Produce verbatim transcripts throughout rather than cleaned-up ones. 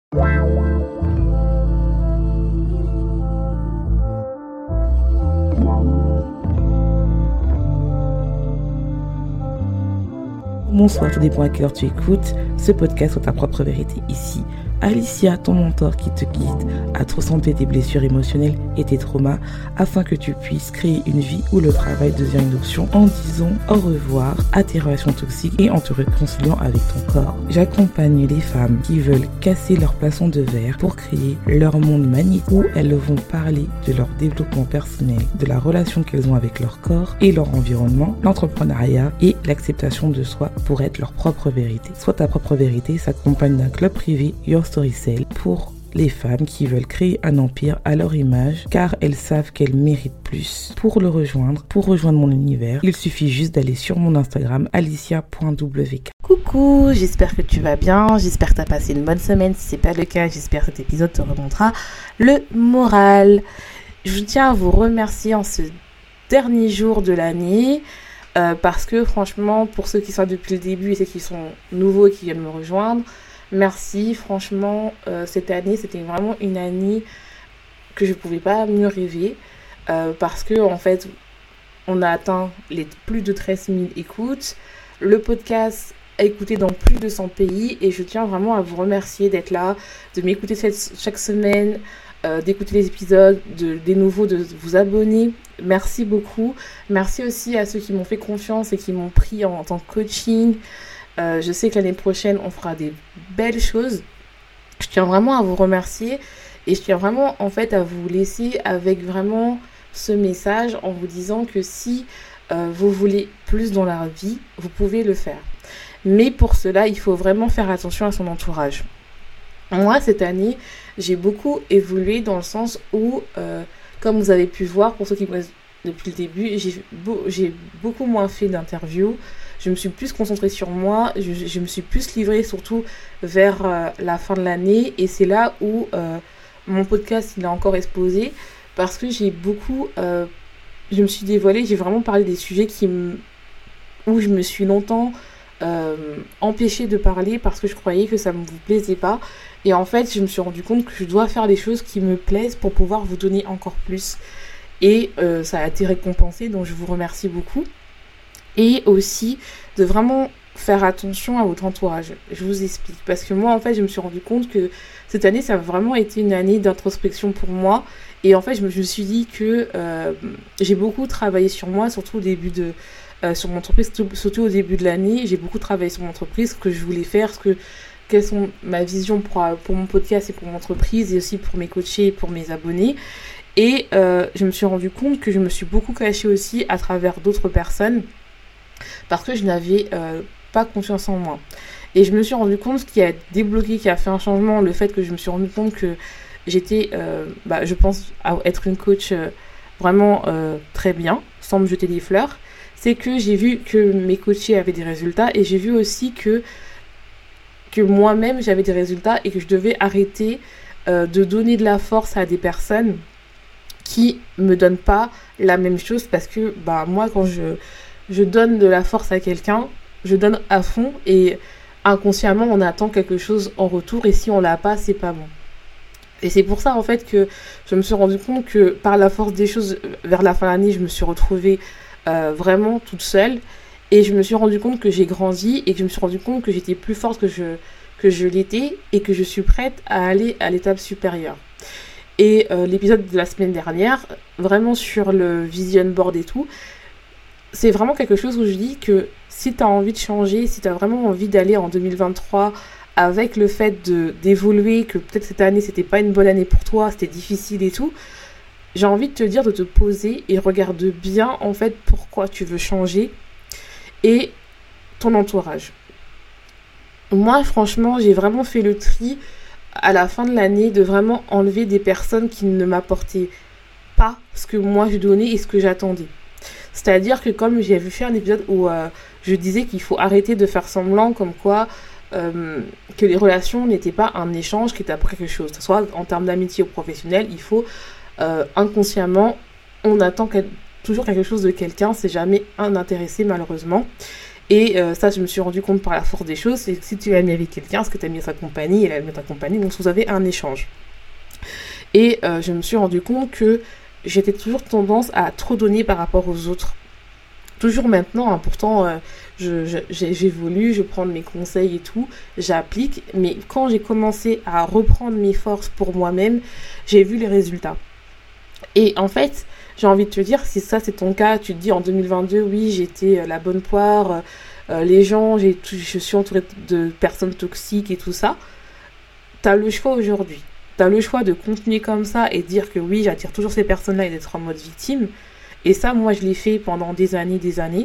Bonsoir, tout dépend à quelle heure tu écoutes ce podcast sur ta propre vérité. Ici, Alicia, ton mentor qui te guide à transcender tes blessures émotionnelles et tes traumas afin que tu puisses créer une vie où le travail devient une option en disant au revoir à tes relations toxiques et en te réconciliant avec ton corps. J'accompagne les femmes qui veulent casser leur plafond de verre pour créer leur monde magnétique où elles vont parler de leur développement personnel, de la relation qu'elles ont avec leur corps et leur environnement, l'entrepreneuriat et l'acceptation de soi pour être leur propre vérité. Soit ta propre vérité s'accompagne d'un club privé Your Story Cell pour les femmes qui veulent créer un empire à leur image car elles savent qu'elles méritent plus. Pour le rejoindre, pour rejoindre mon univers, il suffit juste d'aller sur mon Instagram alicia point w k. Coucou, j'espère que tu vas bien, j'espère que tu as passé une bonne semaine. Si ce n'est pas le cas, j'espère que cet épisode te remontera le moral. Je tiens à vous remercier en ce dernier jour de l'année euh, parce que franchement, pour ceux qui sont depuis le début et ceux qui sont nouveaux et qui viennent me rejoindre, merci, franchement, euh, cette année, c'était vraiment une année que je ne pouvais pas mieux rêver euh, parce que, en fait, on a atteint les plus de treize mille écoutes. Le podcast est écouté dans plus de cent pays et je tiens vraiment à vous remercier d'être là, de m'écouter cette, chaque semaine, euh, d'écouter les épisodes, de, des nouveaux, de vous abonner. Merci beaucoup. Merci aussi à ceux qui m'ont fait confiance et qui m'ont pris en, en tant que coaching. Euh, je sais que l'année prochaine, on fera des belles choses. Je tiens vraiment à vous remercier et je tiens vraiment en fait à vous laisser avec vraiment ce message en vous disant que si euh, vous voulez plus dans la vie, vous pouvez le faire. Mais pour cela, il faut vraiment faire attention à son entourage. Moi, cette année, j'ai beaucoup évolué dans le sens où, euh, comme vous avez pu voir, pour ceux qui me connaissent depuis le début, j'ai, beau, j'ai beaucoup moins fait d'interviews. Je me suis plus concentrée sur moi, je, je me suis plus livrée surtout vers euh, la fin de l'année et c'est là où euh, mon podcast il a encore explosé parce que j'ai beaucoup, euh, je me suis dévoilée, j'ai vraiment parlé des sujets qui m- où je me suis longtemps euh, empêchée de parler parce que je croyais que ça ne vous plaisait pas et en fait je me suis rendu compte que je dois faire des choses qui me plaisent pour pouvoir vous donner encore plus et euh, ça a été récompensé donc je vous remercie beaucoup. Et aussi de vraiment faire attention à votre entourage. Je vous explique. Parce que moi, en fait, je me suis rendu compte que cette année, ça a vraiment été une année d'introspection pour moi. Et en fait, je me, je me suis dit que euh, j'ai beaucoup travaillé sur moi, surtout au début de... Euh, sur mon entreprise, surtout au début de l'année. J'ai beaucoup travaillé sur mon entreprise, ce que je voulais faire, ce que, quelles sont ma vision pour, pour mon podcast et pour mon entreprise, et aussi pour mes coachés et pour mes abonnés. Et euh, je me suis rendu compte que je me suis beaucoup cachée aussi à travers d'autres personnes. Parce que je n'avais euh, pas confiance en moi. Et je me suis rendu compte, ce qui a débloqué, qui a fait un changement, le fait que je me suis rendu compte que j'étais, euh, bah, je pense, à être une coach euh, vraiment euh, très bien, sans me jeter des fleurs, c'est que j'ai vu que mes coachés avaient des résultats et j'ai vu aussi que, que moi-même j'avais des résultats et que je devais arrêter euh, de donner de la force à des personnes qui me donnent pas la même chose parce que bah, moi, quand je... je donne de la force à quelqu'un, je donne à fond et inconsciemment on attend quelque chose en retour et si on l'a pas, c'est pas bon. Et c'est pour ça en fait que je me suis rendu compte que par la force des choses, vers la fin de l'année, je me suis retrouvée euh, vraiment toute seule et je me suis rendu compte que j'ai grandi et que je me suis rendu compte que j'étais plus forte que je, que je l'étais et que je suis prête à aller à l'étape supérieure. Et euh, l'épisode de la semaine dernière, vraiment sur le vision board et tout, c'est vraiment quelque chose où je dis que si tu as envie de changer, si tu as vraiment envie d'aller en deux mille vingt-trois avec le fait de, d'évoluer, que peut-être cette année c'était pas une bonne année pour toi, c'était difficile et tout, j'ai envie de te dire de te poser et regarde bien en fait pourquoi tu veux changer et ton entourage. Moi franchement j'ai vraiment fait le tri à la fin de l'année de vraiment enlever des personnes qui ne m'apportaient pas ce que moi je donnais et ce que j'attendais. C'est-à-dire que comme j'ai vu faire un épisode où euh, je disais qu'il faut arrêter de faire semblant comme quoi euh, que les relations n'étaient pas un échange qui était après quelque chose. Soit en termes d'amitié ou professionnel, il faut euh, inconsciemment, on attend quel- toujours quelque chose de quelqu'un, c'est jamais un intéressé malheureusement. Et euh, ça, je me suis rendu compte par la force des choses, c'est que si tu es ami avec quelqu'un, ce que tu as mis à sa compagnie, elle aime ta compagnie, donc vous avez un échange. Et euh, je me suis rendu compte que j'étais toujours tendance à trop donner par rapport aux autres. Toujours maintenant, hein, pourtant, euh, je, je, j'évolue, je prends mes conseils et tout, j'applique, mais quand j'ai commencé à reprendre mes forces pour moi-même, j'ai vu les résultats. Et en fait, j'ai envie de te dire, si ça c'est ton cas, tu te dis en deux mille vingt-deux, oui, j'étais euh, la bonne poire, euh, les gens, j'ai tout, je suis entourée de personnes toxiques et tout ça, t'as le choix aujourd'hui. T'as le choix de continuer comme ça et dire que oui, j'attire toujours ces personnes-là et d'être en mode victime. Et ça, moi, je l'ai fait pendant des années, des années.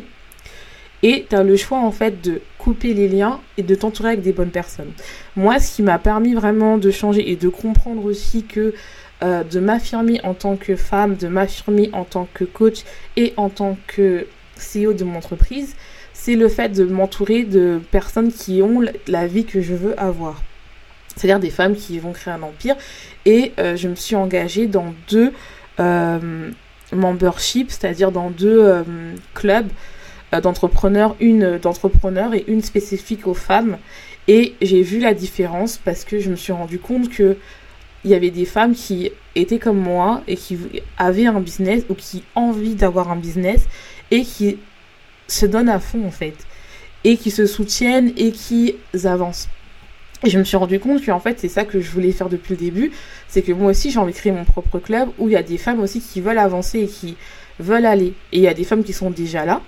Et t'as le choix, en fait, de couper les liens et de t'entourer avec des bonnes personnes. Moi, ce qui m'a permis vraiment de changer et de comprendre aussi que euh, de m'affirmer en tant que femme, de m'affirmer en tant que coach et en tant que C E O de mon entreprise, c'est le fait de m'entourer de personnes qui ont la vie que je veux avoir. C'est-à-dire des femmes qui vont créer un empire. Et euh, je me suis engagée dans deux euh, memberships, c'est-à-dire dans deux euh, clubs euh, d'entrepreneurs, une d'entrepreneurs et une spécifique aux femmes. Et j'ai vu la différence parce que je me suis rendu compte que il y avait des femmes qui étaient comme moi et qui avaient un business ou qui ont envie d'avoir un business et qui se donnent à fond en fait. Et qui se soutiennent et qui avancent. Et je me suis rendu compte qu'en fait, c'est ça que je voulais faire depuis le début. C'est que moi aussi, j'ai envie de créer mon propre club où il y a des femmes aussi qui veulent avancer et qui veulent aller. Et il y a des femmes qui sont déjà là.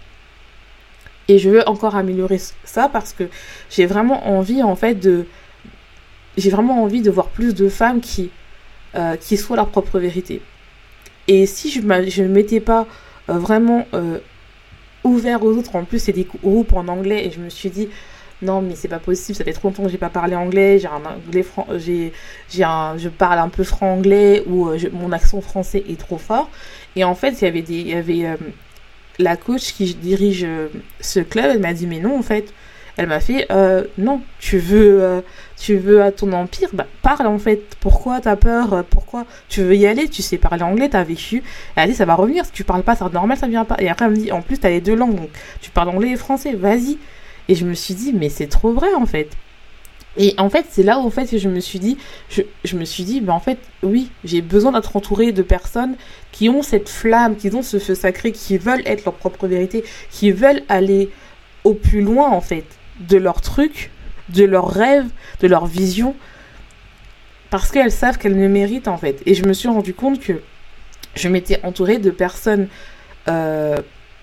Et je veux encore améliorer ça parce que j'ai vraiment envie, en fait, de... J'ai vraiment envie de voir plus de femmes qui, euh, qui soient leur propre vérité. Et si je ne m'étais pas euh, vraiment euh, ouvert aux autres, en plus, c'est des groupes en anglais, et je me suis dit... Non, mais c'est pas possible, ça fait trop longtemps que j'ai pas parlé anglais, j'ai un anglais fran- j'ai, j'ai un, je parle un peu franglais ou euh, je, mon accent français est trop fort. Et en fait, il y avait, des, il y avait euh, la coach qui dirige euh, ce club, elle m'a dit, mais non, en fait, elle m'a fait, euh, non, tu veux, euh, tu veux à ton empire, bah parle en fait, pourquoi t'as peur, pourquoi tu veux y aller, tu sais parler anglais, t'as vécu, elle a dit, ça va revenir, si tu parles pas, c'est normal, ça vient pas. Et après, elle me dit, en plus, t'as les deux langues, donc tu parles anglais et français, vas-y. Et je me suis dit, mais c'est trop vrai, en fait. Et en fait, c'est là où, en fait, que je me suis dit, je, je me suis dit, ben en fait, oui, j'ai besoin d'être entourée de personnes qui ont cette flamme, qui ont ce feu sacré, qui veulent être leur propre vérité, qui veulent aller au plus loin, en fait, de leur truc, de leurs rêves, de leur vision, parce qu'elles savent qu'elles me méritent, en fait. Et je me suis rendu compte que je m'étais entourée de personnes euh,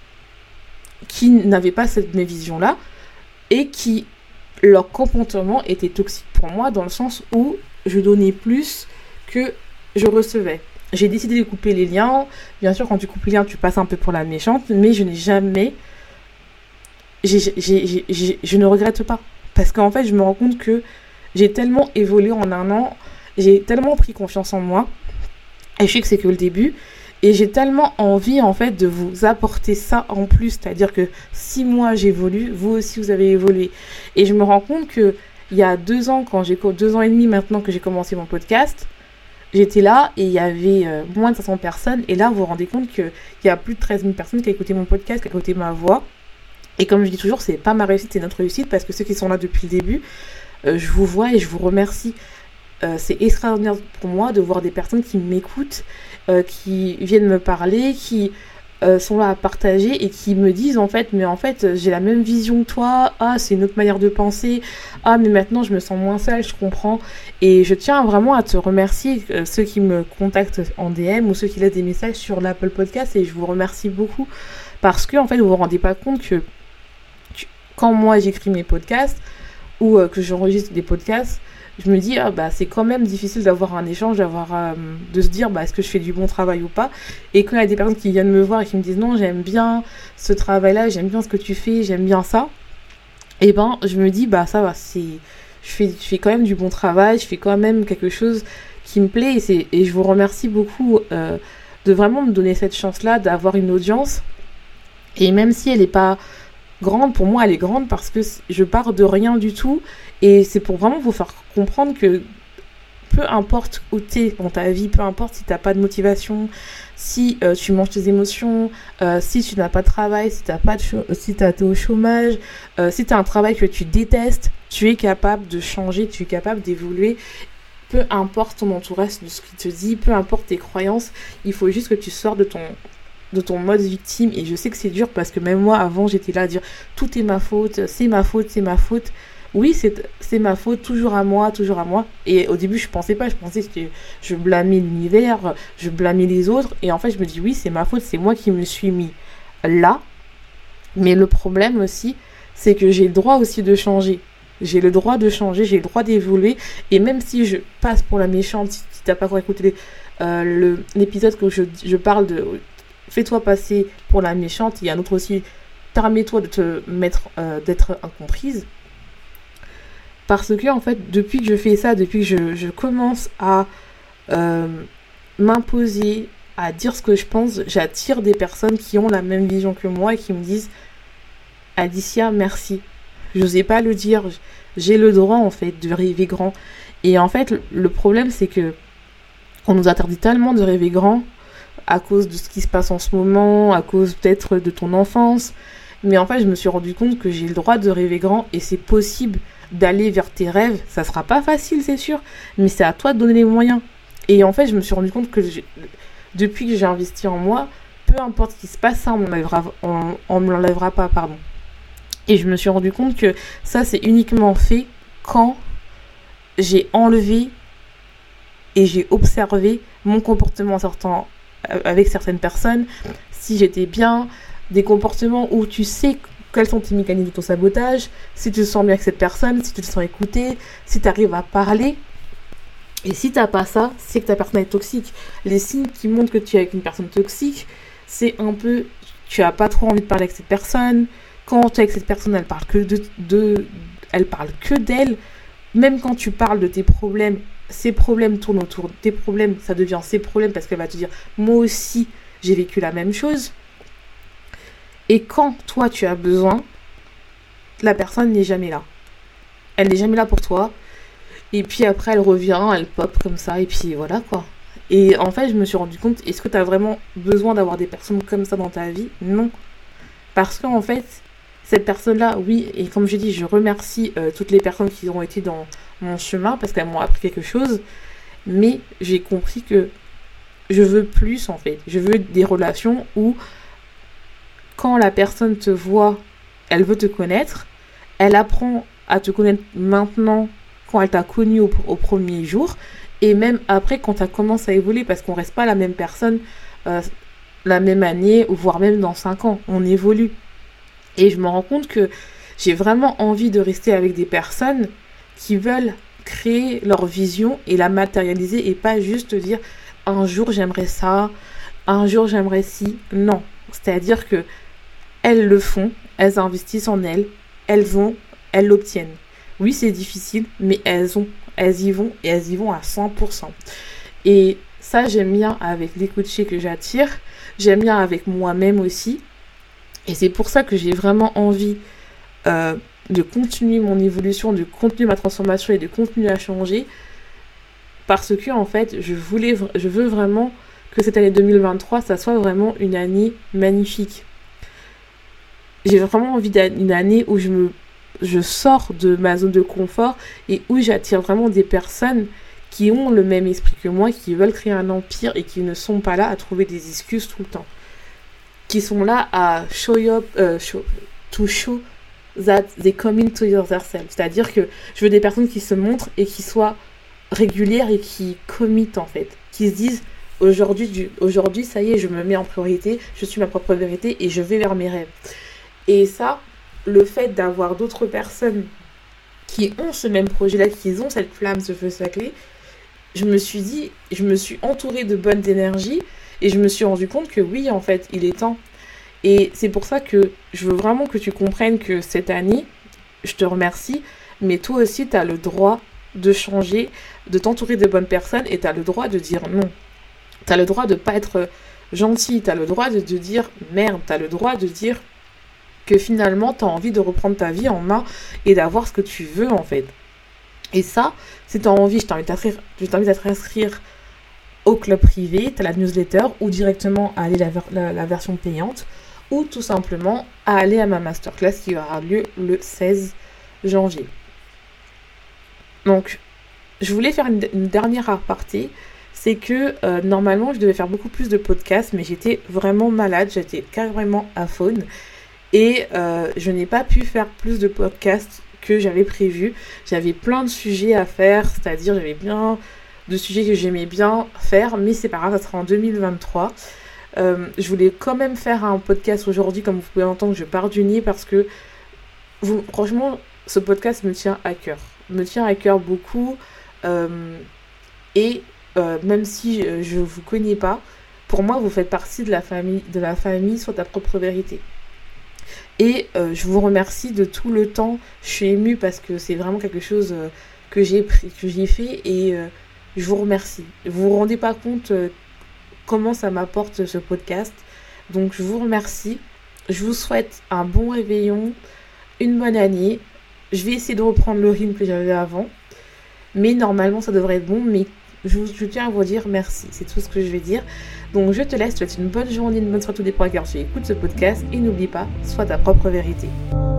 qui n'avaient pas cette même vision-là, et qui, leur comportement était toxique pour moi dans le sens où je donnais plus que je recevais. J'ai décidé de couper les liens. Bien sûr, quand tu coupes les liens, tu passes un peu pour la méchante, mais je n'ai jamais... J'ai, j'ai, j'ai, j'ai, je ne regrette pas. Parce qu'en fait, je me rends compte que j'ai tellement évolué en un an, j'ai tellement pris confiance en moi, et je sais que c'est que le début, et j'ai tellement envie, en fait, de vous apporter ça en plus. C'est-à-dire que si moi, j'évolue, vous aussi, vous avez évolué. Et je me rends compte que il y a deux ans, quand j'ai... Deux ans et demi maintenant que j'ai commencé mon podcast, j'étais là et il y avait euh, moins de cinq cents personnes. Et là, vous vous rendez compte qu'il y a plus de treize mille personnes qui ont écouté mon podcast, qui ont écouté ma voix. Et comme je dis toujours, c'est pas ma réussite, c'est notre réussite. Parce que ceux qui sont là depuis le début, euh, je vous vois et je vous remercie. Euh, c'est extraordinaire pour moi de voir des personnes qui m'écoutent, euh, qui viennent me parler, qui euh, sont là à partager et qui me disent en fait, mais en fait j'ai la même vision que toi, ah c'est une autre manière de penser, ah mais maintenant je me sens moins seule, je comprends. Et je tiens vraiment à te remercier, euh, ceux qui me contactent en D M ou ceux qui laissent des messages sur l'Apple Podcast, et je vous remercie beaucoup parce que en fait vous vous rendez pas compte que tu, quand moi j'écris mes podcasts ou euh, que j'enregistre des podcasts, je me dis, ah, bah, c'est quand même difficile d'avoir un échange, d'avoir, euh, de se dire, bah, est-ce que je fais du bon travail ou pas. Et quand il y a des personnes qui viennent me voir et qui me disent, non, j'aime bien ce travail-là, j'aime bien ce que tu fais, j'aime bien ça, et ben, je me dis, bah, ça va, c'est, je fais, je fais quand même du bon travail, je fais quand même quelque chose qui me plaît, et, c'est, et je vous remercie beaucoup euh, de vraiment me donner cette chance-là, d'avoir une audience. Et même si elle n'est pas grande, pour moi elle est grande parce que je pars de rien du tout, et c'est pour vraiment vous faire comprendre que peu importe où t'es dans ta vie, peu importe si t'as pas de motivation, si euh, tu manges tes émotions, euh, si tu n'as pas de travail, si t'as pas de cho- si t'as été au chômage, euh, si t'as un travail que tu détestes, tu es capable de changer, tu es capable d'évoluer. Peu importe ton entourage, de ce qu'il te dit, peu importe tes croyances, il faut juste que tu sors de ton de ton mode victime. Et je sais que c'est dur parce que même moi avant j'étais là à dire tout est ma faute, c'est ma faute, c'est ma faute. Oui, c'est, c'est ma faute, toujours à moi, toujours à moi. Et au début je pensais pas, je pensais que je blâmais l'univers, je blâmais les autres. Et en fait je me dis oui, c'est ma faute, c'est moi qui me suis mis là. Mais le problème aussi, c'est que j'ai le droit aussi de changer. J'ai le droit de changer, j'ai le droit d'évoluer. Et même si je passe pour la méchante, si t'as pas encore écouté les, euh, le, l'épisode que je, je parle de fais-toi passer pour la méchante, il y a un autre aussi, permets-toi de te mettre, euh, d'être incomprise. Parce que, en fait, depuis que je fais ça, depuis que je, je commence à euh, m'imposer, à dire ce que je pense, j'attire des personnes qui ont la même vision que moi et qui me disent Alicia, merci. Je n'osais pas le dire, j'ai le droit, en fait, de rêver grand. Et en fait, le problème, c'est que on nous interdit tellement de rêver grand à cause de ce qui se passe en ce moment, à cause peut-être de ton enfance. Mais en fait, je me suis rendu compte que j'ai le droit de rêver grand et c'est possible d'aller vers tes rêves. Ça sera pas facile, c'est sûr, mais c'est à toi de donner les moyens. Et en fait, je me suis rendu compte que j'ai, depuis que j'ai investi en moi, peu importe ce qui se passe, ça, on ne on, on me l'enlèvera pas, pardon. Et je me suis rendu compte que ça, c'est uniquement fait quand j'ai enlevé et j'ai observé mon comportement en sortant avec certaines personnes, si j'étais bien, des comportements où tu sais quels sont tes mécanismes de ton sabotage, si tu te sens bien avec cette personne, si tu te sens écouté, si tu arrives à parler. Et si t'as pas ça, c'est que ta personne est toxique. Les signes qui montrent que tu es avec une personne toxique, c'est un peu, tu as pas trop envie de parler avec cette personne. Quand tu es avec cette personne, elle parle que de, de elle parle que d'elle. Même quand tu parles de tes problèmes, ses problèmes tournent autour de tes problèmes, ça devient ses problèmes parce qu'elle va te dire moi aussi j'ai vécu la même chose. Et quand toi tu as besoin, la personne n'est jamais là. Elle n'est jamais là pour toi. Et puis après elle revient, elle pop comme ça et puis voilà quoi. Et en fait je me suis rendu compte, est-ce que tu as vraiment besoin d'avoir des personnes comme ça dans ta vie ? Non. Parce qu'en fait cette personne-là, oui, et comme je dis, je remercie euh, toutes les personnes qui ont été dans mon chemin parce qu'elles m'ont appris quelque chose, mais j'ai compris que je veux plus en fait. Je veux des relations où quand la personne te voit, elle veut te connaître, elle apprend à te connaître maintenant quand elle t'a connu au, au premier jour, et même après quand ça commence à évoluer, parce qu'on reste pas la même personne euh, la même année, ou voire même dans cinq ans, on évolue. Et je me rends compte que j'ai vraiment envie de rester avec des personnes qui veulent créer leur vision et la matérialiser et pas juste dire un jour j'aimerais ça, un jour j'aimerais ci. Non, c'est-à-dire que elles le font, elles investissent en elles, elles vont, elles l'obtiennent. Oui, c'est difficile, mais elles ont, elles y vont et elles y vont à cent pour cent. Et ça, j'aime bien avec les coachés que j'attire, j'aime bien avec moi-même aussi. Et c'est pour ça que j'ai vraiment envie euh, de continuer mon évolution, de continuer ma transformation et de continuer à changer. Parce que, en fait, je voulais, je veux vraiment que cette année deux mille vingt-trois, ça soit vraiment une année magnifique. J'ai vraiment envie d'une année où je me, je sors de ma zone de confort et où j'attire vraiment des personnes qui ont le même esprit que moi, qui veulent créer un empire et qui ne sont pas là à trouver des excuses tout le temps. Qui sont là à show up, uh, show, to show that they come into yourself. C'est-à-dire que je veux des personnes qui se montrent et qui soient régulières et qui committent en fait. Qui se disent aujourd'hui, du, aujourd'hui ça y est, je me mets en priorité, je suis ma propre vérité et je vais vers mes rêves. Et ça, le fait d'avoir d'autres personnes qui ont ce même projet-là, qui ont cette flamme, ce feu sacré, je me suis dit, je me suis entourée de bonnes énergies. Et je me suis rendu compte que oui, en fait, il est temps. Et c'est pour ça que je veux vraiment que tu comprennes que cette année, je te remercie, mais toi aussi, tu as le droit de changer, de t'entourer de bonnes personnes et tu as le droit de dire non. Tu as le droit de ne pas être gentil, tu as le droit de, de dire merde, tu as le droit de dire que finalement, tu as envie de reprendre ta vie en main et d'avoir ce que tu veux, en fait. Et ça, si tu as envie, je t'invite à t'inscrire au club privé, tu as la newsletter, ou directement à aller la, la, la version payante, ou tout simplement à aller à ma masterclass qui aura lieu le seize janvier. Donc, je voulais faire une, une dernière aparté, c'est que euh, normalement, je devais faire beaucoup plus de podcasts, mais j'étais vraiment malade, j'étais carrément aphone, et euh, je n'ai pas pu faire plus de podcasts que j'avais prévu. J'avais plein de sujets à faire, c'est-à-dire j'avais bien de sujets que j'aimais bien faire, mais c'est pas grave, ça sera en deux mille vingt-trois. Euh, je voulais quand même faire un podcast aujourd'hui, comme vous pouvez entendre, je pars du nez parce que vous, franchement, ce podcast me tient à cœur, me tient à cœur beaucoup, euh, et euh, même si je vous connais pas, pour moi, vous faites partie de la famille, de la famille Sois ta propre vérité. Et euh, je vous remercie de tout le temps. Je suis émue parce que c'est vraiment quelque chose euh, que j'ai pris, que j'ai fait, et euh, je vous remercie. Vous vous rendez pas compte euh, comment ça m'apporte ce podcast. Donc je vous remercie. Je vous souhaite un bon réveillon, une bonne année. Je vais essayer de reprendre le rythme que j'avais avant, mais normalement ça devrait être bon. Mais je, vous, je tiens à vous dire merci. C'est tout ce que je vais dire. Donc je te laisse, je te souhaite une bonne journée, une bonne soirée, tout dépend à quelle heure tu écoutes ce podcast, et n'oublie pas, sois ta propre vérité.